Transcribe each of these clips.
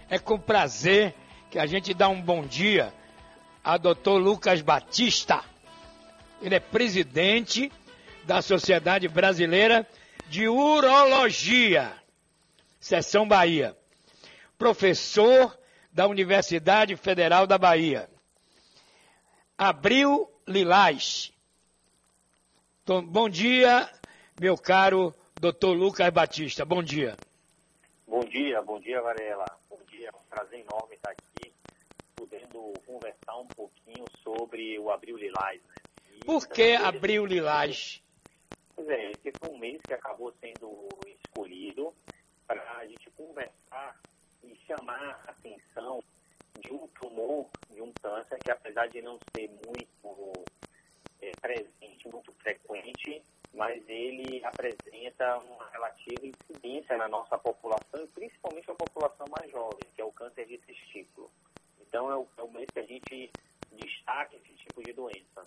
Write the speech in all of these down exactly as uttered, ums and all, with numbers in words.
É com prazer que a gente dá um bom dia a doutor Lucas Batista. Ele é presidente da Sociedade Brasileira de Urologia, Seção Bahia. Professor da Universidade Federal da Bahia. Abril Lilás. Bom dia, meu caro doutor Lucas Batista. Bom dia. Bom dia, bom dia, Varela. Bom dia, é um prazer enorme estar aqui, podendo conversar um pouquinho sobre o Abril Lilás, né? E Por que também- Abril Lilás? Pois é, esse foi um mês que acabou sendo escolhido para a gente conversar e chamar a atenção de um tumor, de um câncer, que apesar de não ser muito é, presente, muito frequente, mas ele apresenta uma relativa incidência na nossa população, e principalmente a população mais jovem, que é o câncer de testículo. Então é o, é o mês que a gente destaca esse tipo de doença.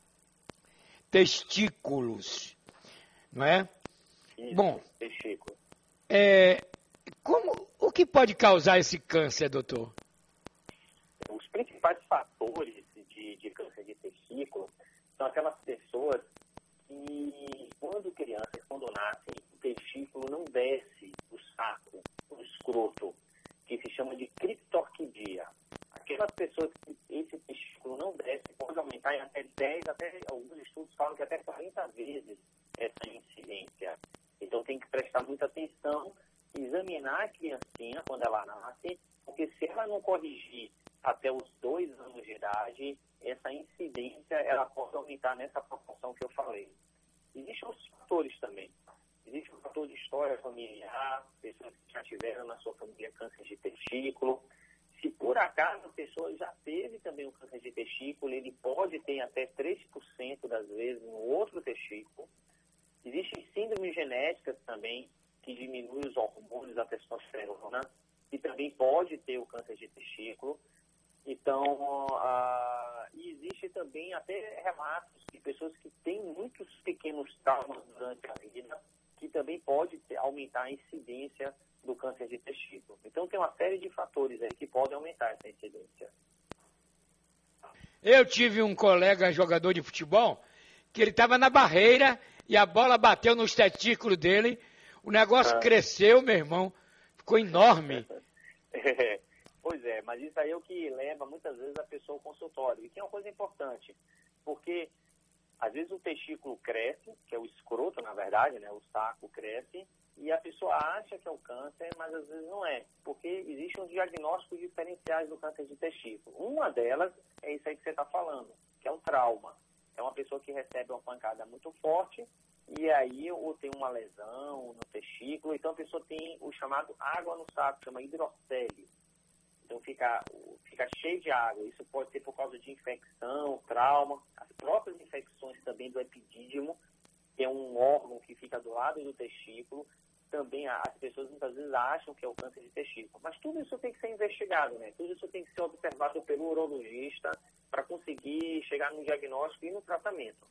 Testículos, não é? Isso, Bom, testículo. é, como, o que pode causar esse câncer, doutor? Os principais fatores de, de câncer de testículo são aquelas pessoas que, quando crianças, quando nascem, o testículo não desce do saco, do escroto, que se chama de criptorquidia. Aquelas pessoas que esse testículo não desce, pode aumentar em até dez, até alguns estudos falam que até quarenta vezes essa incidência. Então tem que prestar muita atenção, examinar a criancinha quando ela nasce, porque se ela não corrigir até os dois anos de idade, essa incidência ela pode aumentar nessa proporção que eu falei. Existem outros fatores também. Existe o fator de história familiar, pessoas que já tiveram na sua família câncer de testículo. Se por acaso a pessoa já teve também um câncer de testículo, ele pode ter até três por cento das vezes no outro testículo. Existem síndromes genéticas também, que diminuem os hormônios da testosterona, e também pode ter o câncer de testículo. Então, ah, e existe também até relatos de pessoas que têm muitos pequenos traumas durante a vida, que também pode ter, aumentar a incidência do câncer de testículo. Então, tem uma série de fatores aí que podem aumentar essa incidência. Eu tive um colega jogador de futebol que ele estava na barreira e a bola bateu nos testículos dele. O negócio Ah. cresceu, meu irmão. Ficou enorme. É, pois é, mas isso aí é o que leva muitas vezes a pessoa ao consultório. E que é uma coisa importante, porque às vezes o testículo cresce, que é o escroto, na verdade, né? O saco cresce, e a pessoa acha que é o câncer, mas às vezes não é, porque existem uns diagnósticos diferenciais do câncer de testículo. Uma delas é isso aí que você está falando, que é o trauma. É uma pessoa que recebe uma pancada muito forte, e aí ou tem uma lesão no testículo, então a pessoa tem o chamado água no saco, chama hidrocele. Então fica, fica cheio de água. Isso pode ser por causa de infecção, trauma, as próprias infecções também do epidídimo, que é um órgão que fica do lado do testículo. Também as pessoas muitas vezes acham que é o câncer de testículo. Mas tudo isso tem que ser investigado, né? Tudo isso tem que ser observado pelo urologista para conseguir chegar no diagnóstico e no tratamento.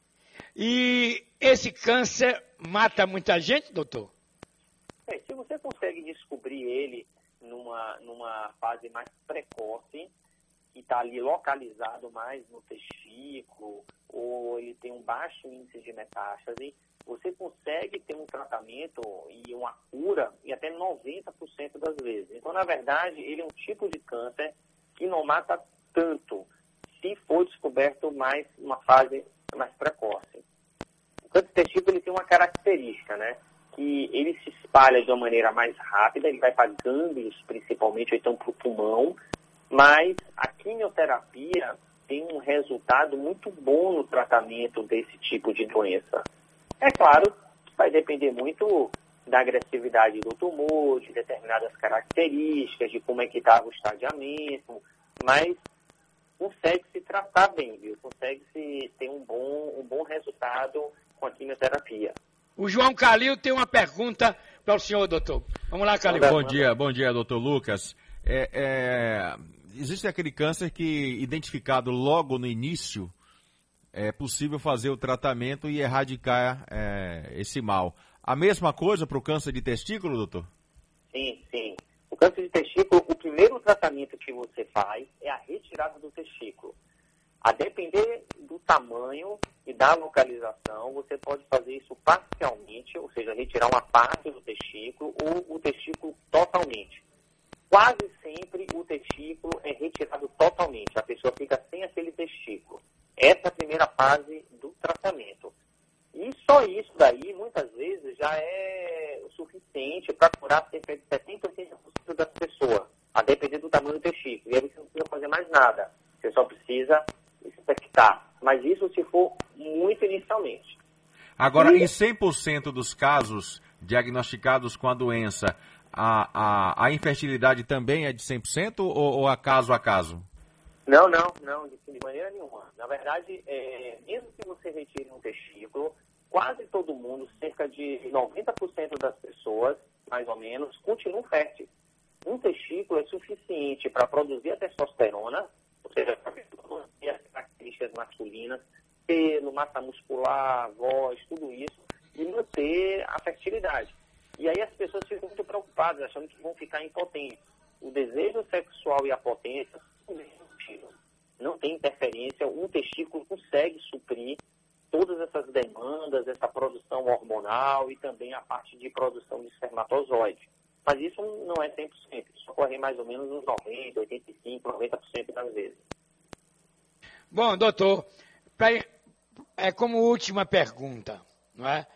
E esse câncer mata muita gente, doutor? É, se você consegue descobrir ele numa, numa fase mais precoce, que está ali localizado mais no testículo, ou ele tem um baixo índice de metástase, você consegue ter um tratamento e uma cura em até noventa por cento das vezes. Então, na verdade, ele é um tipo de câncer que não mata tanto se for descoberto mais uma fase mais precoce. O câncer de testículo ele tem uma característica, né? Que ele se espalha de uma maneira mais rápida, ele vai para gânglios principalmente, ou então para o pulmão, mas a quimioterapia tem um resultado muito bom no tratamento desse tipo de doença. É claro que vai depender muito da agressividade do tumor, de determinadas características, de como é que estava o estadiamento, mas consegue-se tratar bem, viu? Consegue-se ter um bom, um bom resultado com a quimioterapia. O João Calil tem uma pergunta para o senhor, doutor. Vamos lá, Calil. Bom dia, bom dia, doutor Lucas. É, é, existe aquele câncer que, identificado logo no início, é possível fazer o tratamento e erradicar é, esse mal. A mesma coisa para o câncer de testículo, doutor? Sim, sim. O câncer de testículo, o que você faz é a retirada do testículo. A depender do tamanho e da localização, você pode fazer isso parcialmente, ou seja, retirar uma parte do testículo ou o testículo totalmente. Quase sempre o testículo é retirado totalmente, a pessoa fica sem aquele testículo. Essa é a primeira fase do tratamento. E só isso daí, muitas vezes, já é o suficiente para curar cerca de setenta a oitenta por cento das pessoas, a depender do tamanho do testículo. E aí você não precisa fazer mais nada, você só precisa expectar. Mas isso se for muito inicialmente. Agora, e... em cem por cento dos casos diagnosticados com a doença, a, a, a infertilidade também é de cem por cento ou, ou a caso a caso? Não, não, não, de, de maneira nenhuma. Na verdade, é, mesmo que você retire um testículo, quase todo mundo, cerca de noventa por cento das pessoas, mais ou menos, continuam férteis. Um testículo é suficiente para produzir a testosterona, ou seja, para manter as características masculinas, pelo, massa muscular, voz, tudo isso, e manter a fertilidade. E aí as pessoas ficam muito preocupadas, achando que vão ficar impotentes. O desejo sexual e a potência são distintos. Não tem interferência, um testículo consegue suprir todas essas demandas, essa produção hormonal e também a parte de produção de espermatozoide. Mas isso não é cem por cento, isso ocorre mais ou menos uns noventa por cento, oitenta e cinco por cento, noventa por cento das vezes. Bom, doutor, pra, é como última pergunta, não é?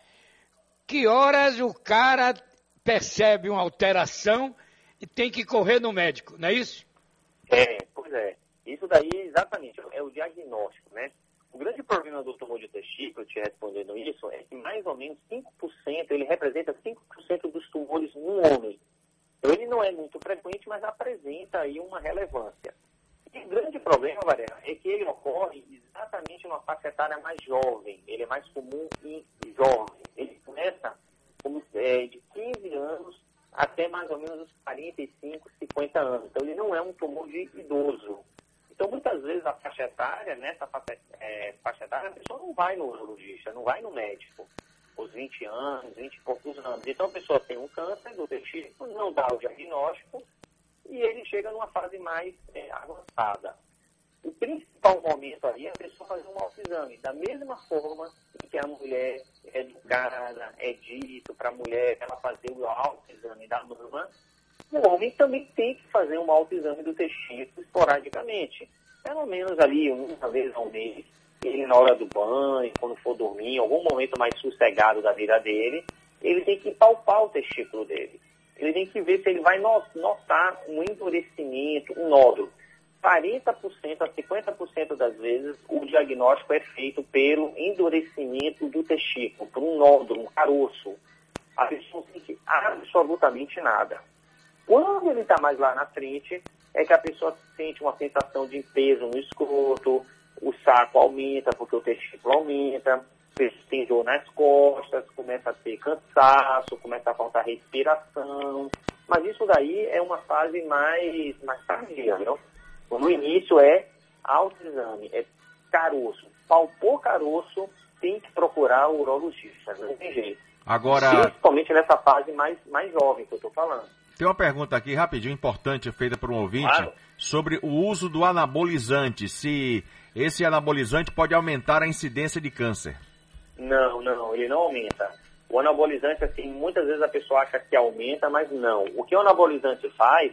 Que horas o cara percebe uma alteração e tem que correr no médico, não é isso? É, pois é. Isso daí, exatamente, é o diagnóstico, né? O grande problema do tumor de testículo, te respondendo isso, é que mais ou menos cinco por cento, ele representa cinco por cento dos tumores no homem. Então ele não é muito frequente, mas apresenta aí uma relevância. E o grande problema, Varela, é que ele ocorre exatamente numa faixa etária mais jovem. Ele é mais comum em jovens. Ele começa como, é, de quinze anos até mais ou menos os quarenta e cinco, cinquenta anos. Então ele não é um tumor de idoso. Então, muitas vezes, a faixa etária, nessa faixa, é, faixa etária, a pessoa não vai no urologista, não vai no médico, os vinte anos, vinte e poucos anos. Então, a pessoa tem um câncer do testículo, não dá o diagnóstico e ele chega numa fase mais é, avançada. O principal momento ali é a pessoa fazer um autoexame. Da mesma forma que a mulher é educada, é dito para a mulher ela fazer o autoexame da mama, o homem também tem que fazer um autoexame do testículo esporadicamente. Pelo menos ali uma vez ao mês, ele na hora do banho, quando for dormir, em algum momento mais sossegado da vida dele, ele tem que palpar o testículo dele. Ele tem que ver se ele vai notar um endurecimento, um nódulo. quarenta por cento a cinquenta por cento das vezes, o diagnóstico é feito pelo endurecimento do testículo, por um nódulo, um caroço. A pessoa não sente absolutamente nada. Quando ele está mais lá na frente, é que a pessoa sente uma sensação de peso no escroto, o saco aumenta porque o testículo aumenta, tem dor nas costas, começa a ter cansaço, começa a faltar respiração. Mas isso daí é uma fase mais, mais tardia, viu? No início é autoexame, é caroço. Palpou caroço, tem que procurar o urologista, não tem jeito. Agora... Principalmente nessa fase mais, mais jovem que eu estou falando. Tem uma pergunta aqui, rapidinho, importante, feita por um ouvinte, Claro. sobre o uso do anabolizante, se esse anabolizante pode aumentar a incidência de câncer. Não, não, ele não aumenta. O anabolizante, assim, muitas vezes a pessoa acha que aumenta, mas não. O que o anabolizante faz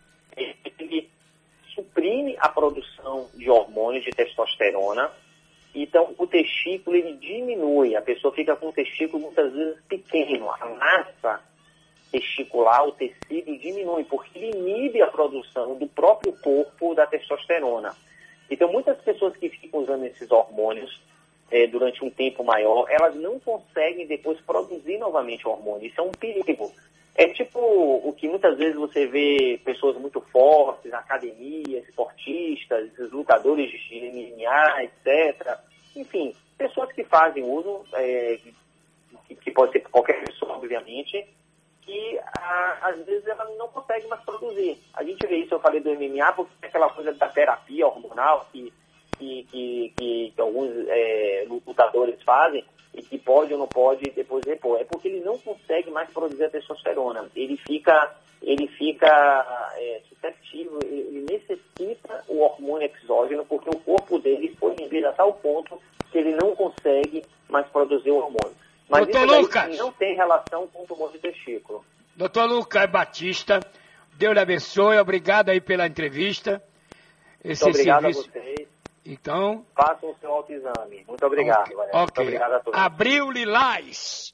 é que ele suprime a produção de hormônios de testosterona. Então, o testículo, ele diminui. A pessoa fica com o testículo muitas vezes pequeno. A massa testicular, o tecido diminui, porque ele inibe a produção do próprio corpo da testosterona. Então, muitas pessoas que ficam usando esses hormônios é, durante um tempo maior, elas não conseguem depois produzir novamente o hormônio. Isso é um perigo. É tipo o que muitas vezes você vê pessoas muito fortes na academia, esportistas, esses lutadores de M M A, etcétera. Enfim, pessoas que fazem uso, é, que, que pode ser qualquer pessoa, obviamente, que a, às vezes ela não consegue mais produzir. A gente vê isso, eu falei do M M A, porque é aquela coisa da terapia hormonal que, que, que, que, que alguns é, lutadores fazem, e que pode ou não pode depois repor. É porque ele não consegue mais produzir a testosterona. Ele fica, ele fica é, receptivo, ele necessita o hormônio exógeno, porque o corpo dele foi inibido a tal ponto que ele não consegue mais produzir o hormônio. Mas Doutor isso Lucas, não tem relação com o tumor de testículo. doutor Lucas Batista, Deus lhe abençoe, obrigado aí pela entrevista. Esse Muito obrigado serviço... a vocês. Então... Façam o seu autoexame. Muito obrigado. Ok. Muito okay. obrigado a todos. Abril Lilás.